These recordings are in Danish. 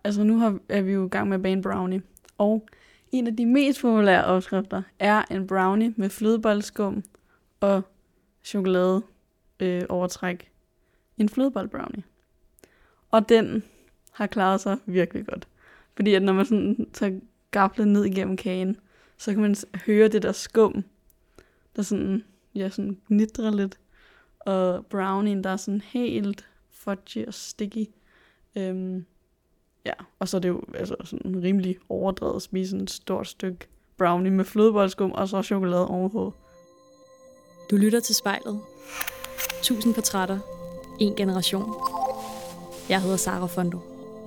altså nu er vi jo i gang med at bage en brownie. Og en af de mest populære opskrifter er en brownie med flødeboldskum og chokolade overtræk. En flødeboldbrownie. Og den har klaret sig virkelig godt. Fordi at når man sådan tager gaflen ned igennem kagen, så kan man høre det der skum, der sådan gnitrer lidt. Og brownien, der er sådan helt fudgy og sticky. Ja, og så er det jo altså sådan rimelig overdrevet at spise sådan et stort stykke brownie med flødeboldskum og så chokolade ovenpå. Du lytter til Spejlet. 1000 portrætter. En generation. Jeg hedder Sara Fondo.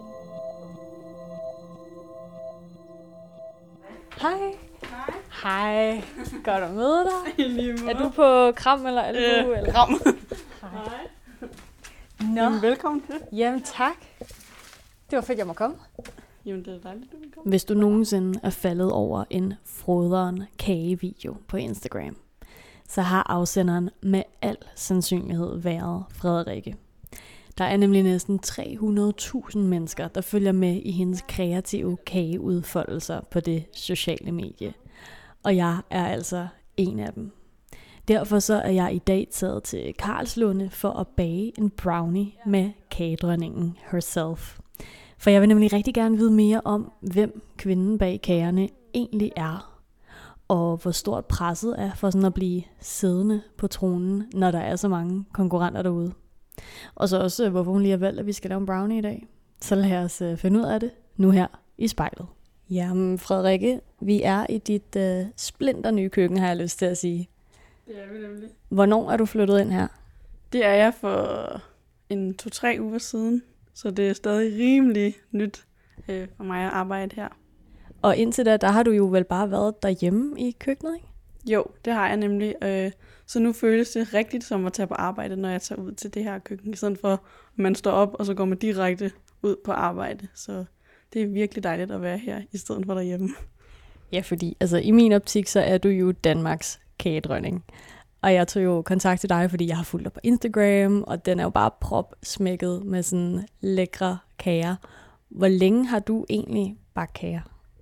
Hej. Hej. Godt at møde dig. Er du på kram eller albu? Eller? Kram. Hej. Nå. Jamen, velkommen til. Jamen tak. Det var fedt, jeg må komme. Jamen, det er dejligt, du vil komme. Hvis du nogensinde er faldet over en froderen kagevideo på Instagram, så har afsenderen med al sandsynlighed været Frederikke. Der er nemlig næsten 300.000 mennesker, der følger med i hendes kreative kageudfoldelser på det sociale medie. Og jeg er altså en af dem. Derfor så er jeg i dag taget til Karlslunde for at bage en brownie med kagedronningen herself. For jeg vil nemlig rigtig gerne vide mere om, hvem kvinden bag kagerne egentlig er. Og hvor stort presset er for sådan at blive siddende på tronen, når der er så mange konkurrenter derude. Og så også, hvorfor hun lige har valgt, at vi skal lave en brownie i dag. Så lad os finde ud af det nu her i Spejlet. Jamen Frederikke, vi er i dit splinter nye køkken, har jeg lyst til at sige. Det er vi nemlig. Hvornår er du flyttet ind her? Det er jeg for 2-3 uger siden, så det er stadig rimelig nyt for mig at arbejde her. Og indtil da, der har du jo vel bare været derhjemme i køkkenet, ikke? Jo, det har jeg nemlig. Så nu føles det rigtigt som at tage på arbejde, når jeg tager ud til det her køkken. I stedet for, at man står op, og så går man direkte ud på arbejde. Så det er virkelig dejligt at være her, i stedet for derhjemme. Ja, fordi altså, i min optik, så er du jo Danmarks kagedronning. Og jeg tog jo kontakt til dig, fordi jeg har fulgt dig på Instagram, og den er jo bare propsmækket med sådan lækre kager. Hvor længe har du egentlig bagt kager?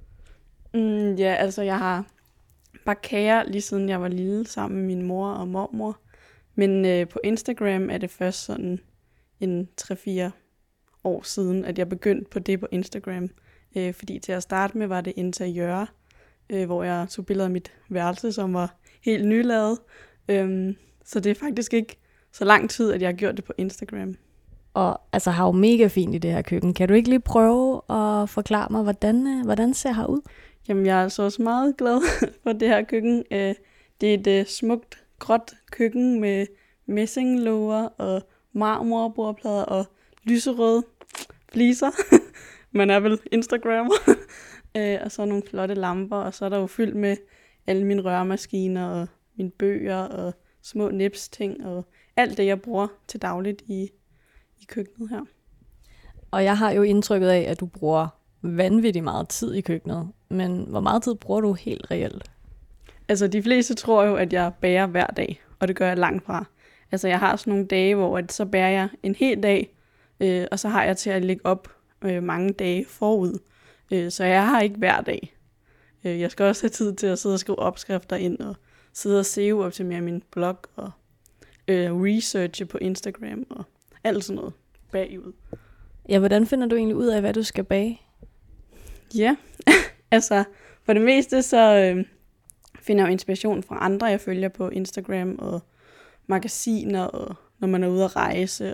Ja, altså jeg har bagt kager lige siden jeg var lille, sammen med min mor og mormor. Men på Instagram er det først sådan en 3-4 år siden, at jeg begyndte på det på Instagram. Fordi til at starte med var det interiør, hvor jeg tog billeder af mit værelse, som var helt nylavet. Så det er faktisk ikke så lang tid, at jeg har gjort det på Instagram. Og altså har jo mega fint i det her køkken. Kan du ikke lige prøve at forklare mig, hvordan ser her ud? Jamen, jeg er så også meget glad for det her køkken. Det er et smukt, gråt køkken med messinglåger og marmorbordplader og lyserøde fliser. Man er vel Instagrammer. Og så nogle flotte lamper, og så er der jo fyldt med alle mine røremaskiner og mine bøger og små nipsting og alt det, jeg bruger til dagligt i køkkenet her. Og jeg har jo indtrykket af, at du bruger vanvittigt meget tid i køkkenet. Men hvor meget tid bruger du helt reelt? Altså, de fleste tror jo, at jeg bager hver dag, og det gør jeg langt fra. Altså, jeg har sådan nogle dage, hvor så bager jeg en hel dag, og så har jeg til at lægge op mange dage forud. Så jeg har ikke hver dag. Jeg skal også have tid til at sidde og skrive opskrifter ind, og sidde og SEO-optimere min blog, og researche på Instagram, og alt sådan noget bagud. Ja, hvordan finder du egentlig ud af, hvad du skal bage? Ja, altså for det meste så finder jeg jo inspiration fra andre, jeg følger på Instagram og magasiner, og når man er ude at rejse.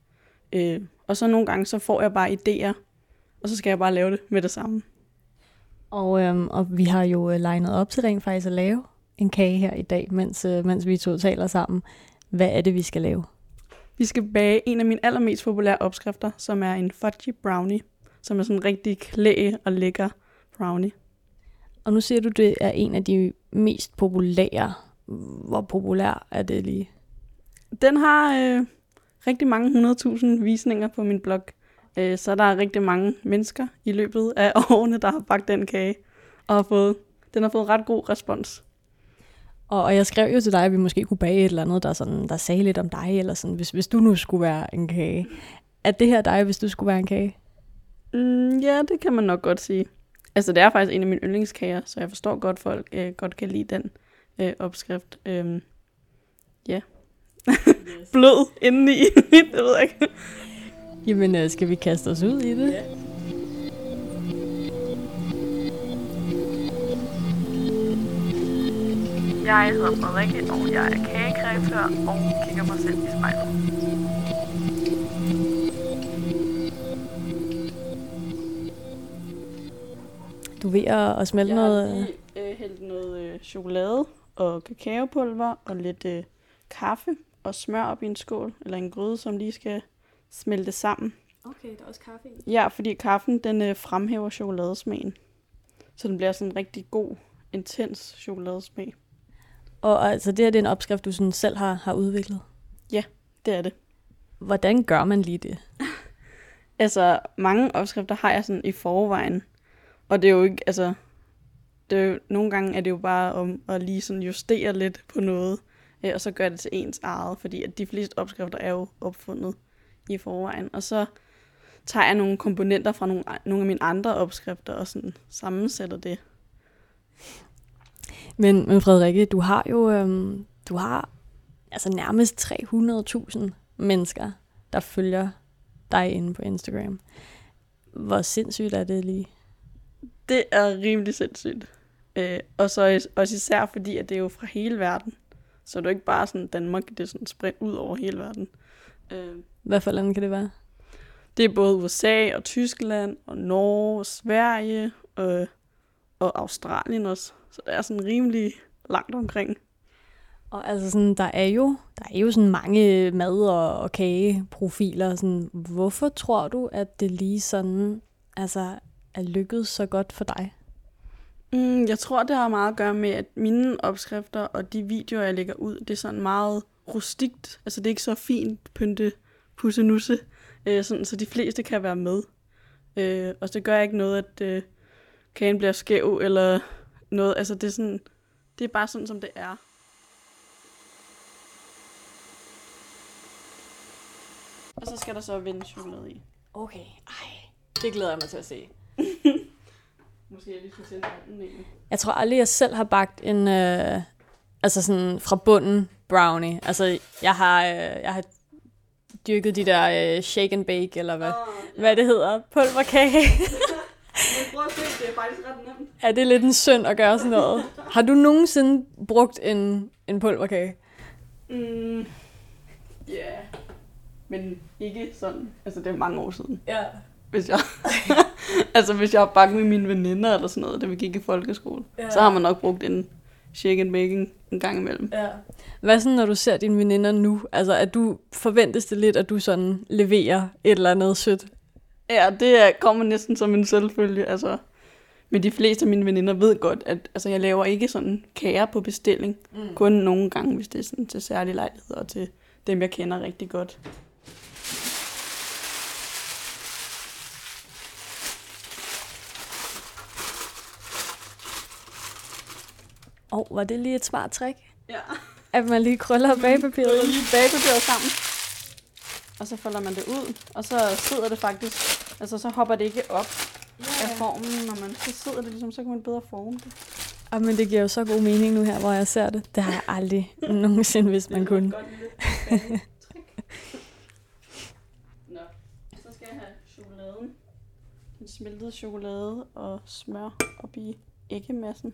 Og så nogle gange så får jeg bare idéer, og så skal jeg bare lave det med det samme. Og vi har jo legnet op til rent faktisk at lave en kage her i dag, mens vi to taler sammen. Hvad er det, vi skal lave? Vi skal bage en af mine allermest populære opskrifter, som er en fudgy brownie, som er sådan en rigtig klæ og lækker brownie. Og nu siger du, det er en af de mest populære. Hvor populær er det lige? Den har rigtig mange 100.000 visninger på min blog. Så der er rigtig mange mennesker i løbet af årene, der har bagt den kage. Og den har fået ret god respons. Og jeg skrev jo til dig, at vi måske kunne bage et eller andet, der sagde lidt om dig, eller sådan, hvis du nu skulle være en kage. Er det her dig, hvis du skulle være en kage? Ja, det kan man nok godt sige. Altså, det er faktisk en af mine yndlingskager, så jeg forstår godt, folk godt kan lide den opskrift. Ja. Blød indeni. Det ved jeg ikke. Jamen, skal vi kaste os ud i det? Ja. Jeg hedder Frederikke, og jeg er kagekreatør og kigger mig selv i spejlet. Du er ved at smelte noget... Jeg har lige hældt noget chokolade og kakaopulver og lidt kaffe og smør op i en skål, eller en gryde, som lige skal smelte sammen. Okay, der er også kaffe i. Ja, fordi kaffen, den fremhæver chokoladesmagen. Så den bliver sådan en rigtig god, intens chokoladesmag. Og altså, det her det er en opskrift, du sådan selv har udviklet? Ja, det er det. Hvordan gør man lige det? Altså, mange opskrifter har jeg sådan i forvejen. Og det er jo ikke, altså... nogle gange er det jo bare om at lige sådan justere lidt på noget, og så gøre det til ens eget, fordi at de fleste opskrifter er jo opfundet i forvejen. Og så tager jeg nogle komponenter fra nogle af mine andre opskrifter og sådan sammensætter det. Men Frederikke, du har jo altså nærmest 300.000 mennesker, der følger dig inde på Instagram. Hvor sindssygt er det lige? Det er rimelig sindssygt. Og så også især fordi, at det er jo fra hele verden. Så det er jo ikke bare sådan Danmark, det er sådan spredt ud over hele verden. Hvad for lande kan det være? Det er både USA og Tyskland og Norge og Sverige og Australien også. Så det er sådan rimelig langt omkring. Og altså sådan, der er jo sådan mange mad- og kageprofiler. Sådan, hvorfor tror du, at det lige sådan altså, er lykkedes så godt for dig? Jeg tror, det har meget at gøre med, at mine opskrifter og de videoer, jeg lægger ud, det er sådan meget rustikt. Altså det er ikke så fint pynte pussenusse, sådan, så de fleste kan være med. Og det gør ikke noget, at kagen bliver skæv eller noget. Altså det er bare sådan, som det er. Og så skal der så vende chokolade i. Okay, det glæder jeg mig til at se. Måske jeg lige skal sende den egentlig. Jeg tror aldrig, jeg selv har bagt en, altså sådan fra bunden brownie. Altså, jeg har dyrket de der shake and bake, eller hvad det hedder, pulverkage. Men prøv at se, det er faktisk ret nemt. Ja, det er lidt en synd at gøre sådan noget. Har du nogensinde brugt en pulverkage? Ja, men ikke sådan. Altså, det er mange år siden. Ja. Hvis jeg har bagt med mine veninder eller sådan noget, da vi gik i folkeskole, så har man nok brugt en shake and baking en gang imellem. Ja. Hvad sådan, når du ser dine veninder nu? Altså, forventes det lidt, at du sådan leverer et eller andet sødt? Ja, det kommer næsten som en selvfølge. Altså, men de fleste af mine veninder ved godt, at altså, jeg laver ikke sådan kager på bestilling. Kun nogle gange, hvis det er sådan til særlige lejligheder og til dem, jeg kender rigtig godt. Var det lige et smart trick? Ja. At man lige krøller bagepapiret? Lige bagepapiret sammen. Og så folder man det ud, og så sidder det faktisk, altså så hopper det ikke op af formen, når man så sidder det ligesom, så kan man bedre forme det. Men det giver jo så god mening nu her, hvor jeg ser det. Det har jeg aldrig nogensinde, hvis man kunne. Nå, så skal jeg have chokoladen. Den smeltede chokolade og smør op i æggemassen.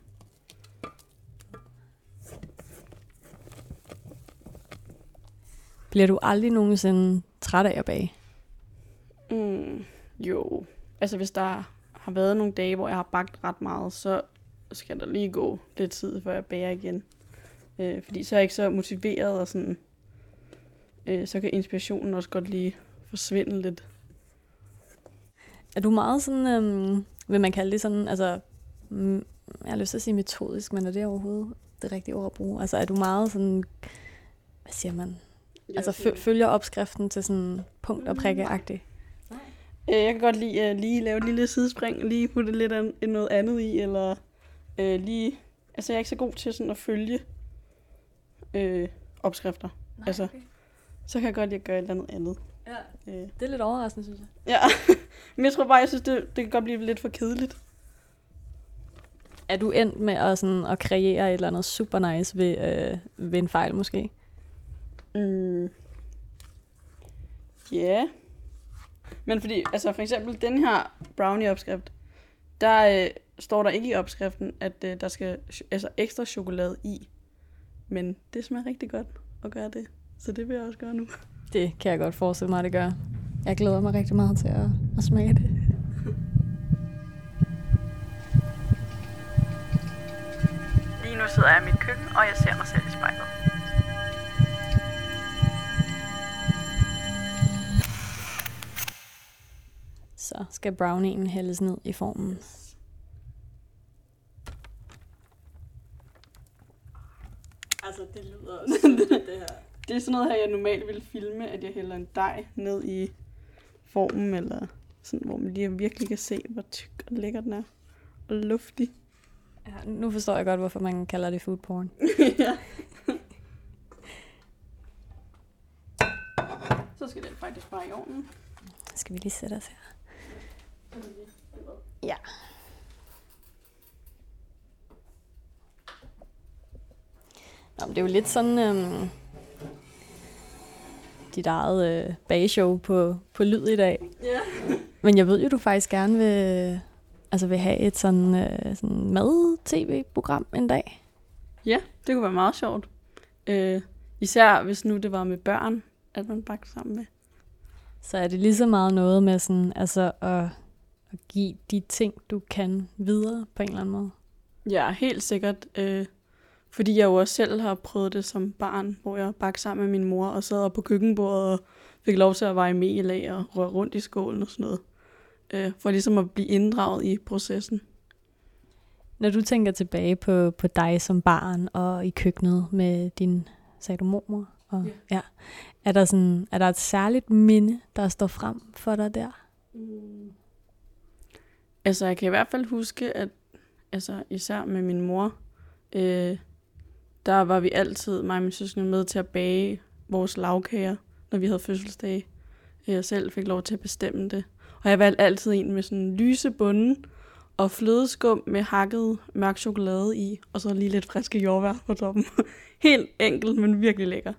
Bliver du aldrig nogensinde træt af at bage? Jo, altså hvis der har været nogle dage, hvor jeg har bagt ret meget, så skal der lige gå lidt tid, før jeg bager igen. Fordi så er jeg ikke så motiveret, og sådan, så kan inspirationen også godt lige forsvinde lidt. Er du meget sådan, vil man kalde det sådan, altså, jeg har lyst til at sige metodisk, men er det overhovedet det rigtige ord at bruge? Altså er du meget sådan, hvad siger man? Altså følger opskriften til sådan punkt og prikke-agtigt? Jeg kan godt lide lige lave et lille sidespring, lige putte lidt noget andet i, eller lige... Altså jeg er ikke så god til sådan at følge opskrifter. Nej, altså, okay. Så kan jeg godt lide at gøre et eller andet. Ja, det er lidt overraskende, synes jeg. Ja, men jeg tror bare, jeg synes, det kan godt blive lidt for kedeligt. Er du endt med at kreere et eller andet super nice ved en fejl, måske? Ja. Men fordi, altså for eksempel den her brownie-opskrift, der står der ikke i opskriften, at der skal ekstra chokolade i. Men det smager rigtig godt at gøre det. Så det vil jeg også gøre nu. Det kan jeg godt forestille mig, at det gør. Jeg glæder mig rigtig meget til at smage det. Lige nu sidder jeg i mit køkken, og jeg ser mig selv i spejlet. Så skal brownien hældes ned i formen. Altså, det lyder det her. Det er sådan noget her, jeg normalt ville filme, at jeg hælder en dej ned i formen, eller sådan, hvor man lige virkelig kan se, hvor tyk og lækker den er. Og luftig. Ja, nu forstår jeg godt, hvorfor man kalder det food porn. Ja. Så skal den faktisk bare i ovnen. Skal vi lige sætte os her? Ja. Nå, men det er jo lidt sådan dit eget bageshow på lyd i dag. Ja. Men jeg ved jo, du faktisk gerne vil have et sådan mad-tv-program en dag. Ja, det kunne være meget sjovt. Især hvis nu det var med børn, at man bagte sammen med. Så er det lige så meget noget med sådan, altså at give de ting, du kan videre på en eller anden måde. Ja, helt sikkert. Fordi jeg jo også selv har prøvet det som barn, hvor jeg bagte sammen med min mor og sad på køkkenbordet og fik lov til at veje mel af og røre rundt i skålen og sådan noget. For ligesom at blive inddraget i processen. Når du tænker tilbage på dig som barn og i køkkenet med din, sagde du mormor? Og, ja. Er der et særligt minde, der står frem for dig der? Altså, jeg kan i hvert fald huske, at især med min mor, der var vi altid, mig og min søskende, med til at bage vores lagkager, når vi havde fødselsdage. Jeg selv fik lov til at bestemme det. Og jeg valgte altid en med sådan lyse bunden og flødeskum med hakket mørk chokolade i, og så lige lidt friske jordbær på toppen. Helt enkelt, men virkelig lækker.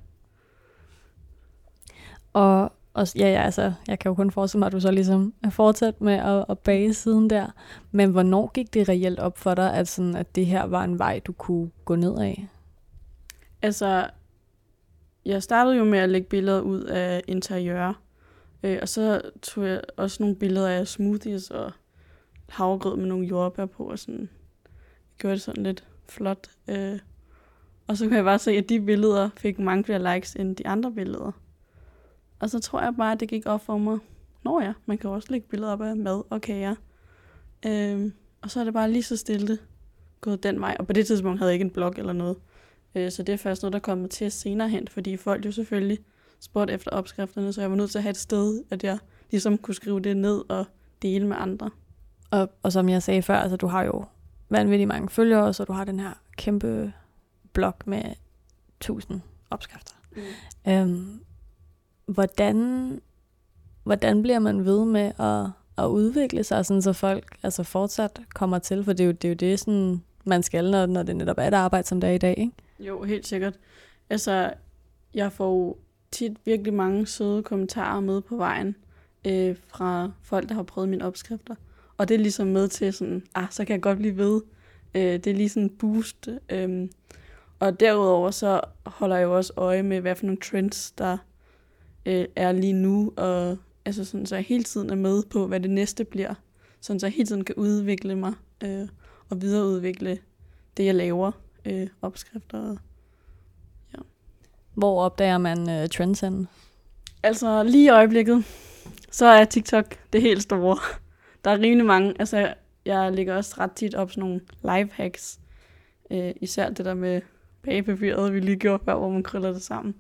Og altså, jeg kan jo kun forestille mig, at du så ligesom er fortsat med at bage siden der. Men hvornår gik det reelt op for dig, at det her var en vej, du kunne gå ned af? Altså, jeg startede jo med at lægge billeder ud af interiør. Og så tog jeg også nogle billeder af smoothies og havregrød med nogle jordbær på. Og sådan gjorde det sådan lidt flot. Og så kunne jeg bare se, at de billeder fik mange flere likes end de andre billeder. Og så tror jeg bare, at det gik op for mig. Nå ja, man kan også lægge billeder op af mad og kager. Og så er det bare lige så stille gået den vej. Og på det tidspunkt havde jeg ikke en blog eller noget. Så det er først noget, der kommer til senere hen. Fordi folk jo selvfølgelig spurgte efter opskrifterne. Så jeg var nødt til at have et sted, at jeg ligesom kunne skrive det ned og dele med andre. Og som jeg sagde før, altså du har jo vanvittigt mange følgere, så du har den her kæmpe blog med 1000 opskrifter. Hvordan bliver man ved med at udvikle sig, sådan, så folk altså fortsat kommer til? For det er jo det, sådan, man skal, når det netop er et arbejde, som det er i dag, ikke? Jo, helt sikkert. Altså, jeg får tit virkelig mange søde kommentarer med på vejen fra folk, der har prøvet mine opskrifter. Og det er ligesom med til sådan, så kan jeg godt blive ved. Det er lige sådan en boost. Og derudover så holder jeg jo også øje med, hvad for nogle trends, der er lige nu. Og altså sådan, så jeg hele tiden er med på, hvad det næste bliver. Sådan, så jeg hele tiden kan udvikle mig og videreudvikle det, jeg laver. Opskrifter. Ja. Hvor opdager man trends henne? Altså lige i øjeblikket, så er TikTok det helt store. Der er rimelig mange. Altså jeg lægger også ret tit op sådan nogle life hacks. Især det der med bagepapiret, vi lige gjorde før, hvor man krøller det sammen.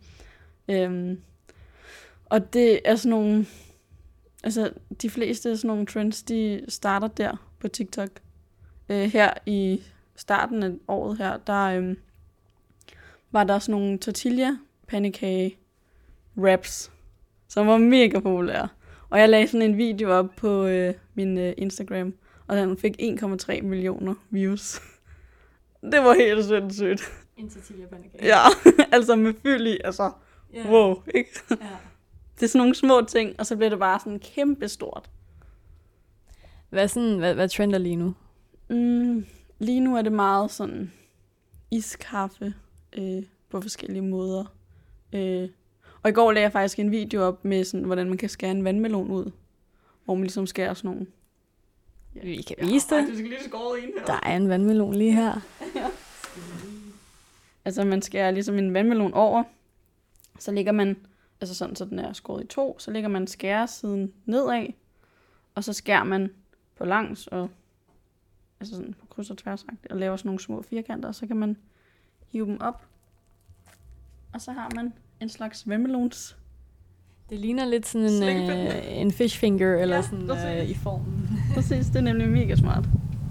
Og det er sådan nogle, altså de fleste af sådan nogle trends, de starter der på TikTok. Her i starten af året her, der var der sådan nogle tortilla pandekage wraps, som var mega populær. Og jeg lagde sådan en video op på min Instagram, og den fik 1,3 millioner views. Det var helt sindssygt. Indtil Pandekage. Ja, altså med fyld i, altså, wow, ikke? Ja. Det er sådan nogle små ting, og så bliver det bare sådan kæmpe stort. Hvad trender lige nu? Lige nu er det meget sådan iskaffe på forskellige måder. Og i går lagde jeg faktisk en video op med, sådan, hvordan man kan skære en vandmelon ud. Hvor man ligesom skærer sådan nogle... Vi kan vise det. Du skal lige skåret en her. Der er en vandmelon lige her. Ja. Altså man skærer ligesom en vandmelon over. Så lægger man, altså sådan, så den er skåret i 2, så lægger man skæresiden nedad. Og så skærer man på langs og altså sådan på kryds og tværs, og laver sådan nogle små firkanter, og så kan man hive dem op. Og så har man en slags vandmelons. Det ligner lidt sådan en fish finger, eller sådan i formen. Præcis, det er nemlig mega smart.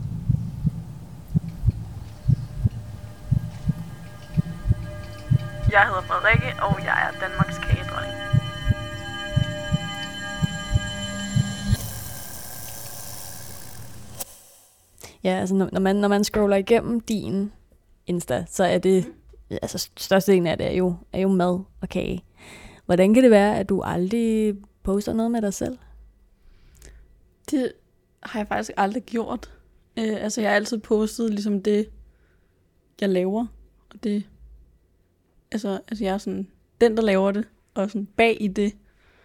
Jeg hedder Frederikke, og jeg er Danmarks kagedronning. Ja, altså når man scroller igennem din Insta, så er det, altså størstedelen af det er jo mad og kage. Hvordan kan det være, at du aldrig poster noget med dig selv? Det har jeg faktisk aldrig gjort. Altså jeg har altid postet ligesom det, jeg laver. Og det, altså jeg er sådan den, der laver det, og sådan bag i det.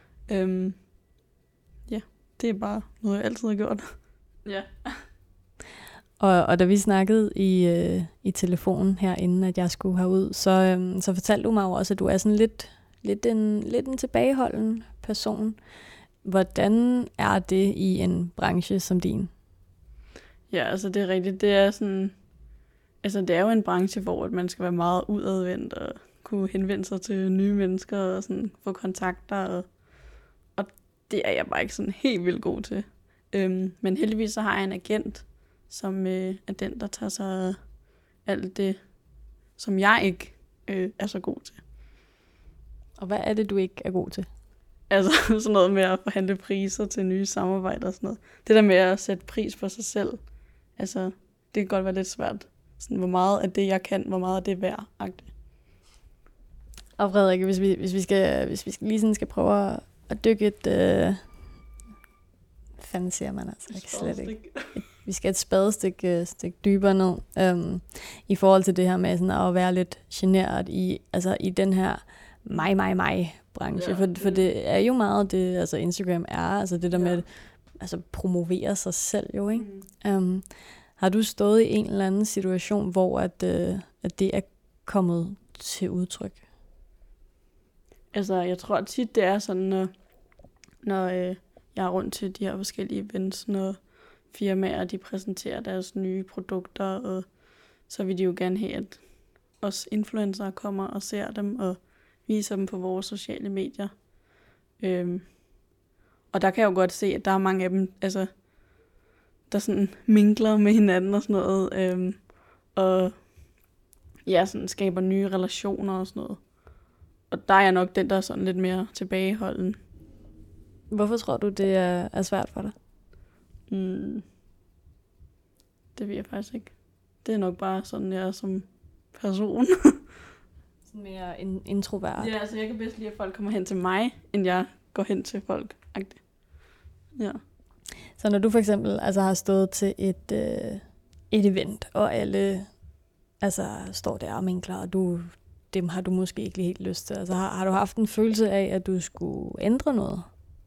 Ja, det er bare noget, jeg altid har gjort. Ja. Og da vi snakkede i telefonen her, inden at jeg skulle herud, så fortalte du mig jo også, at du er sådan lidt en tilbageholden person. Hvordan er det i en branche som din? Ja, altså det er rigtigt. Det er sådan, altså det er jo en branche, hvor man skal være meget udadvendt og kunne henvende sig til nye mennesker og sådan få kontakter. Og det er jeg bare ikke sådan helt vildt god til. Men heldigvis så har jeg en agent, som er den, der tager sig af alt det, som jeg ikke er så god til. Og hvad er det, du ikke er god til? Altså sådan noget med at forhandle priser til nye samarbejder og sådan noget. Det der med at sætte pris på sig selv, altså det kan godt være lidt svært. Sådan, hvor meget af det, jeg kan, hvor meget af det er værd-agtigt. Og Frederik, hvis vi skal lige sådan skal prøve at dykke et... fanden siger man altså ikke slet ikke. Vi skal et spadestik dybere ned. I forhold til det her med sådan at være lidt generet i den her mig-branche. Ja, for det er jo meget det, altså Instagram er, altså det der med at promovere sig selv jo, ikke? Har du stået i en eller anden situation, hvor at det er kommet til udtryk? Altså, jeg tror tit, det er sådan, når jeg er rundt til de her forskellige events, når firmaer, de præsenterer deres nye produkter, og så vil de jo gerne have, at os influencer kommer og ser dem, og viser dem på vores sociale medier. Og der kan jeg jo godt se, at der er mange af dem, altså, der sådan minkler med hinanden og sådan noget, og ja, sådan skaber nye relationer og sådan noget. Og der er jeg nok den, der er sådan lidt mere tilbageholden. Hvorfor tror du, det er svært for dig? Det ved jeg faktisk ikke. Det er nok bare sådan, jeg er som person. Sådan mere introvert. Ja, altså jeg kan bedst lide, at folk kommer hen til mig, end jeg går hen til folk. Ja. Så når du for eksempel altså har stået til et event, og alle altså står der og minkler, og dem har du måske ikke helt lyst til. Altså har du haft en følelse af, at du skulle ændre noget?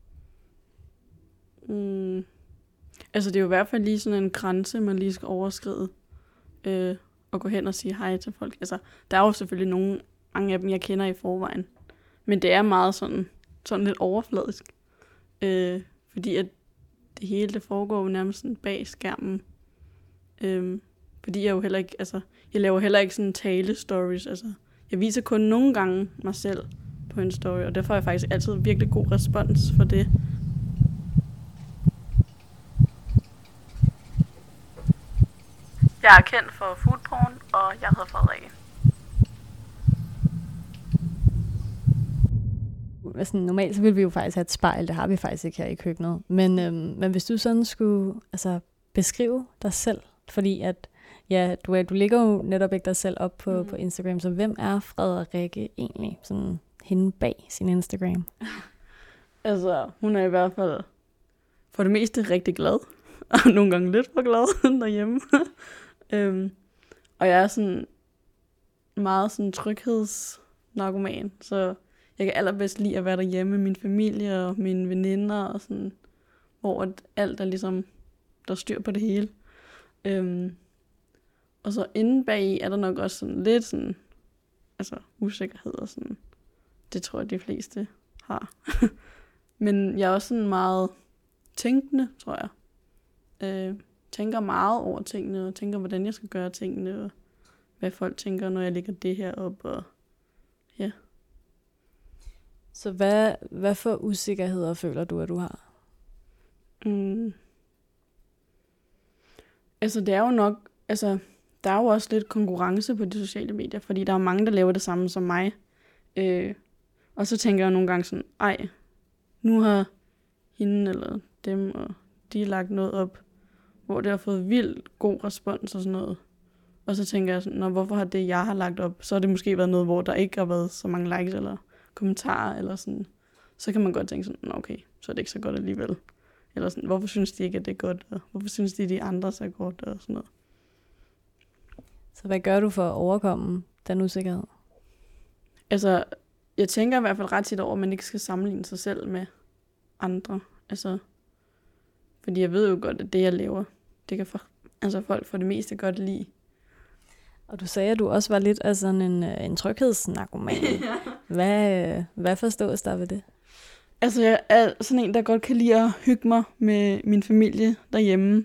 Altså det er jo i hvert fald lige sådan en grænse, man lige skal overskride. Og gå hen og sige hej til folk. Altså der er jo selvfølgelig mange af dem, jeg kender i forvejen. Men det er meget sådan lidt overfladisk. Fordi at det hele, det foregår jo nærmest sådan bag skærmen. Fordi jeg jo heller ikke, altså, jeg laver heller ikke sådan tale-stories. Altså, jeg viser kun nogle gange mig selv på en story, og derfor har jeg faktisk altid virkelig god respons for det. Jeg er kendt for foodporn, og jeg hedder Frederikke. sådan, normalt så ville vi jo faktisk have et spejl, det har vi faktisk ikke her i køkkenet. Men hvis du sådan skulle beskrive dig selv, fordi at du lægger jo netop ikke dig selv op på Instagram, så hvem er Frederikke egentlig, sådan hende bag sin Instagram? Altså, hun er i hvert fald for det meste rigtig glad, og nogle gange lidt for glad derhjemme. Og jeg er sådan meget sådan tryghedsnarkoman, så jeg kan allerbedst lide at være derhjemme med min familie og mine veninder, og sådan, hvor alt er ligesom, der er styr på det hele. Og så inde bag er der nok også sådan lidt sådan, usikkerhed og sådan. Det tror jeg, de fleste har. Men jeg er også sådan meget tænkende, tror jeg. Tænker meget over tingene, og tænker, hvordan jeg skal gøre tingene, og hvad folk tænker, når jeg lægger det her op, og ja. Så hvad for usikkerheder føler du, at du har? Det er jo nok, der er jo også lidt konkurrence på de sociale medier, fordi der er mange, der laver det samme som mig. Og så tænker jeg nogle gange sådan, nu har hende eller dem, og de lagt noget op, hvor det har fået vildt god respons og sådan noget. Og så tænker jeg sådan, hvorfor har det, jeg har lagt op, så har det måske været noget, hvor der ikke har været så mange likes eller kommentarer eller sådan. Så kan man godt tænke sådan, okay, så er det ikke så godt alligevel. Eller sådan, hvorfor synes de ikke, at det er godt, og hvorfor synes de andre så godt, og sådan noget. Så hvad gør du for at overkomme den usikkerhed? Jeg tænker i hvert fald ret tit over, at man ikke skal sammenligne sig selv med andre. Fordi jeg ved jo godt, at det, jeg laver, det kan folk for det meste godt lide. Og du sagde, at du også var lidt af sådan en tryghedsnarkoman. Hvad forstås der ved det? Jeg er sådan en, der godt kan lide at hygge mig med min familie derhjemme.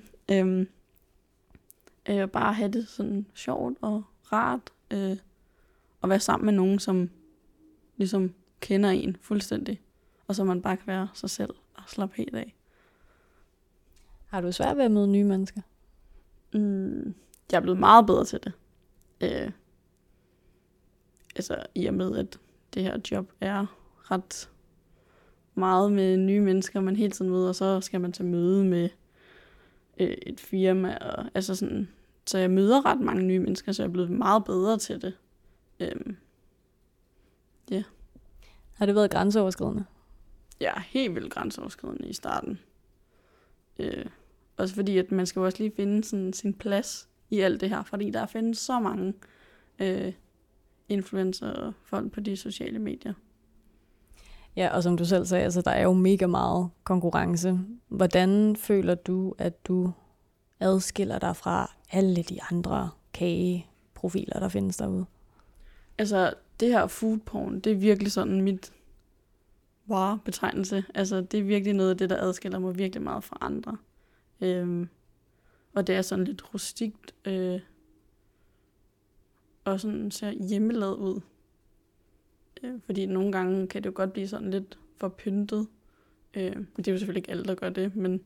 Bare have det sådan sjovt og rart. Og være sammen med nogen, som ligesom kender en fuldstændig. Og så man bare kan være sig selv og slappe helt af. Har du svært ved at møde nye mennesker? Jeg er blevet meget bedre til det. I og med, at det her job er ret meget med nye mennesker, man hele tiden møder, og så skal man til møde med et firma. Og, så jeg møder ret mange nye mennesker, så jeg er blevet meget bedre til det. Yeah. Har det været grænseoverskridende? Ja, helt vildt grænseoverskridende i starten. Også fordi, at man skal også lige finde sådan sin plads i alt det her, fordi der findes så mange influencer og folk på de sociale medier. Ja, og som du selv sagde, der er jo mega meget konkurrence. Hvordan føler du, at du adskiller dig fra alle de andre kageprofiler, der findes derude? Det her food porn, det er virkelig sådan mit varebetegnelse. Det er virkelig noget af det, der adskiller mig virkelig meget fra andre. Og det er sådan lidt rustikt, og sådan ser hjemmelavet ud. Fordi nogle gange kan det jo godt blive sådan lidt for pyntet. Det er jo selvfølgelig ikke alle, der gør det, men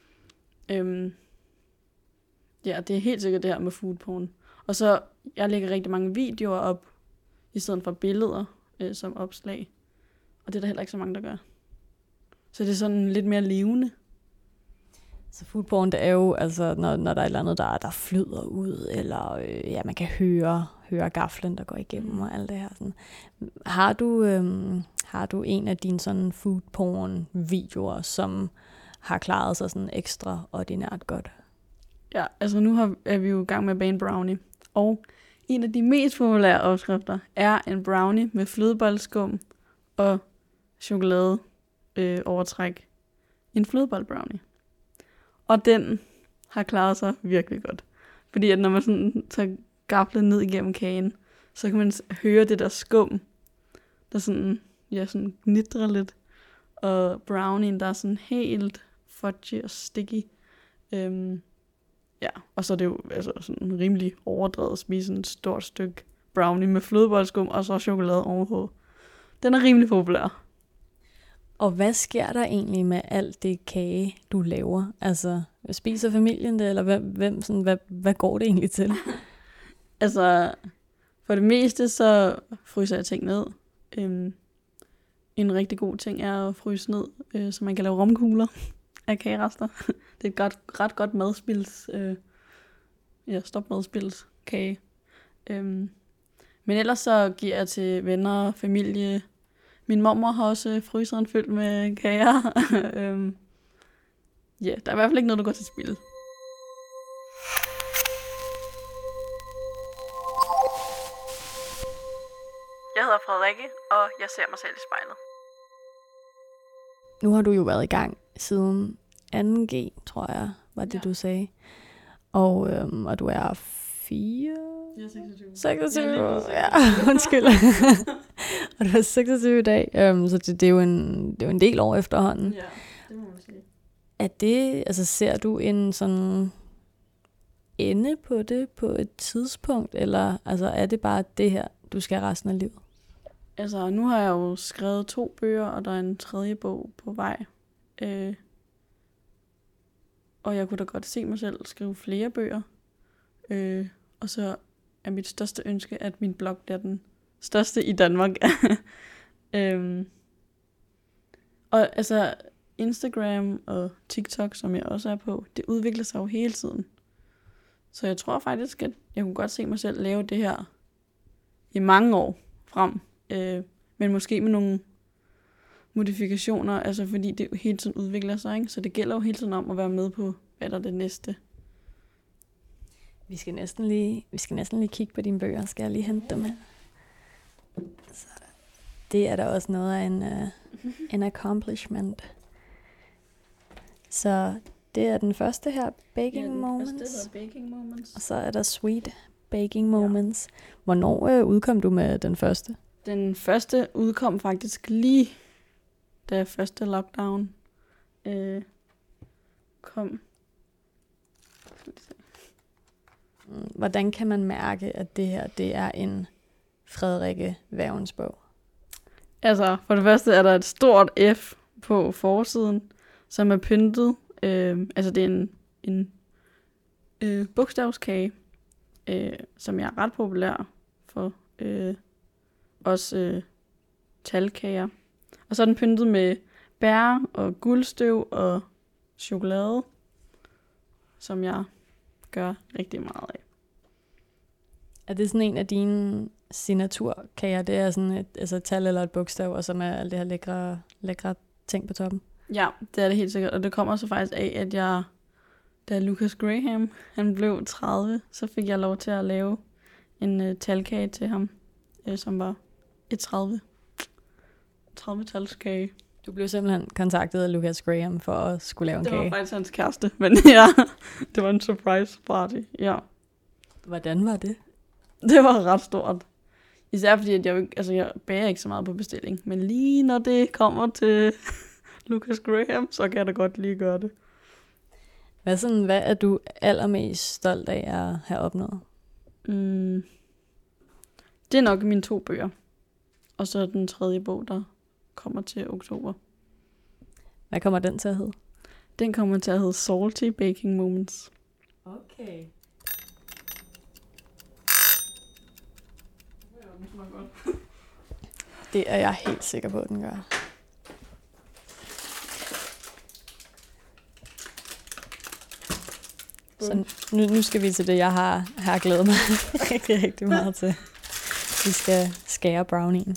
det er helt sikkert det her med food porn. Og så, jeg lægger rigtig mange videoer op, i stedet for billeder som opslag. Og det er der heller ikke så mange, der gør. Så det er sådan lidt mere levende. Så food porn, det er jo, når der er et eller andet, der flyder ud, eller man kan høre gaflen, der går igennem og alt det her. Sådan. Har du en af dine sådan food porn videoer, som har klaret sig sådan ekstraordinært godt? Ja, nu er vi jo i gang med at bage en brownie. Og en af de mest populære opskrifter er en brownie med flødebolskum og chokolade overtræk. En flødeboldbrownie. Og den har klaret sig virkelig godt. Fordi at når man sådan tager gaflen ned igennem kagen, så kan man høre det der skum, der sådan gnitrer lidt. Og brownien, der er sådan helt fudgy og sticky. Og så er det jo sådan rimelig overdrevet at spise en stort stykke brownie med flødebolskum og så chokolade ovenpå. Den er rimelig populær. Og hvad sker der egentlig med alt det kage, du laver? Spiser familien det, eller hvad går det egentlig til? For det meste, så fryser jeg ting ned. en rigtig god ting er at fryse ned, så man kan lave romkugler af kagerester. Det er et ret godt madspils, stopmadspilskage. Men ellers så giver jeg til venner og familie. Min mormor har også fryseren fyldt med kager. Ja, der er i hvert fald ikke noget, der går til spil. Jeg hedder Frederikke, og jeg ser mig selv i spejlet. Nu har du jo været i gang siden 2G, tror jeg, var det, du sagde. Og du er 4... Jeg er 26. 26, ja, undskyld. Og du er 26 i dag, så det er jo en del år efterhånden. Ja, det må man sige. Er det, altså ser du en sådan ende på det på et tidspunkt, eller altså er det bare det her, du skal resten af livet? Altså, nu har jeg jo skrevet 2 bøger, og der er en 3. bog på vej. Og jeg kunne da godt se mig selv skrive flere bøger. Og så er mit største ønske, at min blog bliver den største i Danmark. Og altså, Instagram og TikTok, som jeg også er på, det udvikler sig jo hele tiden. Så jeg tror faktisk, at jeg kunne godt se mig selv lave det her i mange år frem. Men måske med nogle modifikationer, altså fordi det jo hele tiden udvikler sig, ikke? Så det gælder jo hele tiden om at være med på, hvad der er det næste. Vi skal næsten lige kigge på dine bøger. Skal jeg lige hente dem her? Så det er da også noget af en accomplishment. Så det er den første her, Baking Moments. Baking Moments. Og så er der Sweet Baking Moments. Ja. Hvornår udkom du med den første? Den første udkom faktisk lige da første lockdown kom. Hvordan kan man mærke, at det her det er en Frederikke Wergens bog? Altså, for det første er der et stort F på forsiden, som er pyntet. Altså, det er en bogstavskage, som jeg er ret populær for. Også talkager. Og så er den pyntet med bær og guldstøv og chokolade, som jeg gør rigtig meget af. Er det sådan en af dine signaturkager? Det er sådan et tal eller et bogstav, og så med alt det her lækre ting på toppen? Ja, det er det helt sikkert. Og det kommer så faktisk af, at da Lucas Graham han blev 30, så fik jeg lov til at lave en talkage til ham, som var et 30-talskage. Du blev simpelthen kontaktet af Lucas Graham for at skulle lave en kage? Det var faktisk hans kæreste, men ja, det var en surprise party, ja. Hvordan var det? Det var ret stort. Især fordi, at jeg bager ikke så meget på bestilling, men lige når det kommer til Lucas Graham, så kan jeg da godt lige gøre det. Hvad er du allermest stolt af at have opnået? Det er nok mine 2 bøger. Og så den 3. bog, der kommer til oktober. Hvad kommer den til at hedde? Den kommer til at hedde Salty Baking Moments. Okay. Det er jeg helt sikker på, at den gør. Så nu skal vi til det, jeg har glædet mig rigtig, rigtig meget til. Vi skal skære brownien.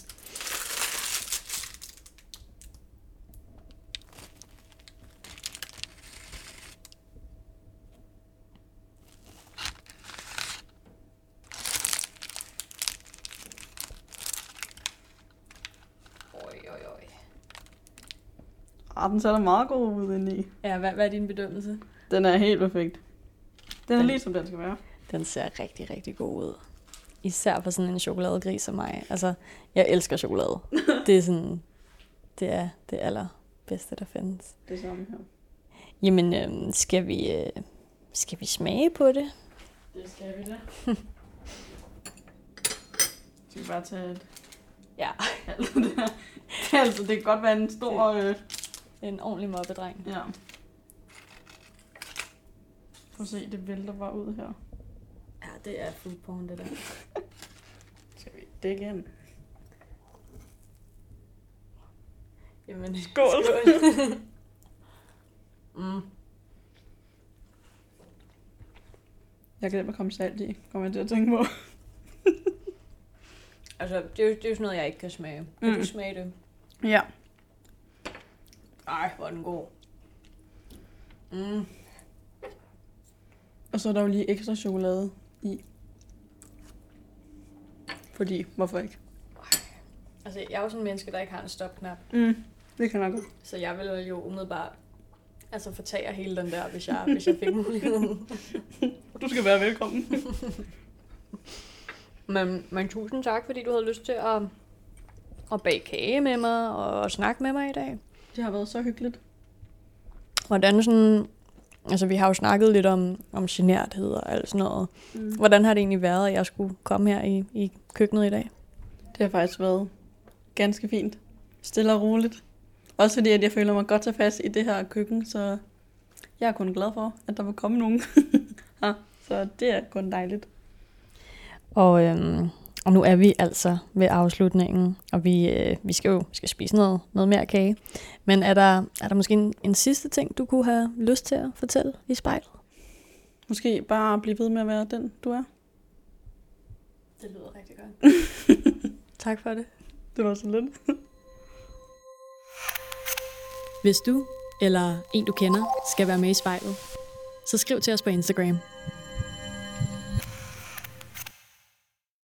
Den ser da meget god ud indeni. Ja, hvad er din bedømmelse? Den er helt perfekt. Den er lige som den skal være. Den ser rigtig, rigtig god ud. Især for sådan en chokoladegris som mig. Altså, jeg elsker chokolade. Det er sådan, det er det allerbedste, der findes. Det samme her. Jamen, skal vi smage på det? Det skal vi da. Skal vi bare tage et... Ja. Det kan godt være en stor... En ordentlig mobbedreng. Ja. Prøv at se, det vælter bare ud her. Ja, det er food porn, det der. Skal vi dække ind? Jamen, Skål. Mm. Jeg glemmer at komme salt i, kommer jeg til at tænke på. Altså, det er jo sådan noget, jeg ikke kan smage. Kan du smage det? Ja. Ej, hvor er den god. Mm. Og så er der jo lige ekstra chokolade i. Fordi, hvorfor ikke? Altså, jeg er jo sådan en menneske, der ikke har en stopknap. Det kan nok godt. Så jeg ville jo umiddelbart fortage hele den der, hvis jeg fik muligheden. Du skal være velkommen. Men tusind tak, fordi du havde lyst til at bage kage med mig og snakke med mig i dag. Det har været så hyggeligt. Hvordan sådan... Altså, vi har jo snakket lidt om generthed og alt sådan noget. Hvordan har det egentlig været, at jeg skulle komme her i køkkenet i dag? Det har faktisk været ganske fint. Stille og roligt. Også fordi, at jeg føler mig godt tilpas i det her køkken, så jeg er kun glad for, at der vil komme nogen. Ja, så det er kun dejligt. Og nu er vi altså ved afslutningen, og vi skal spise noget mere kage. Men er der måske en sidste ting, du kunne have lyst til at fortælle i spejlet? Måske bare blive ved med at være den, du er. Det lyder rigtig godt. Tak for det. Det var så lidt. Hvis du eller en du kender skal være med i spejlet, så skriv til os på Instagram.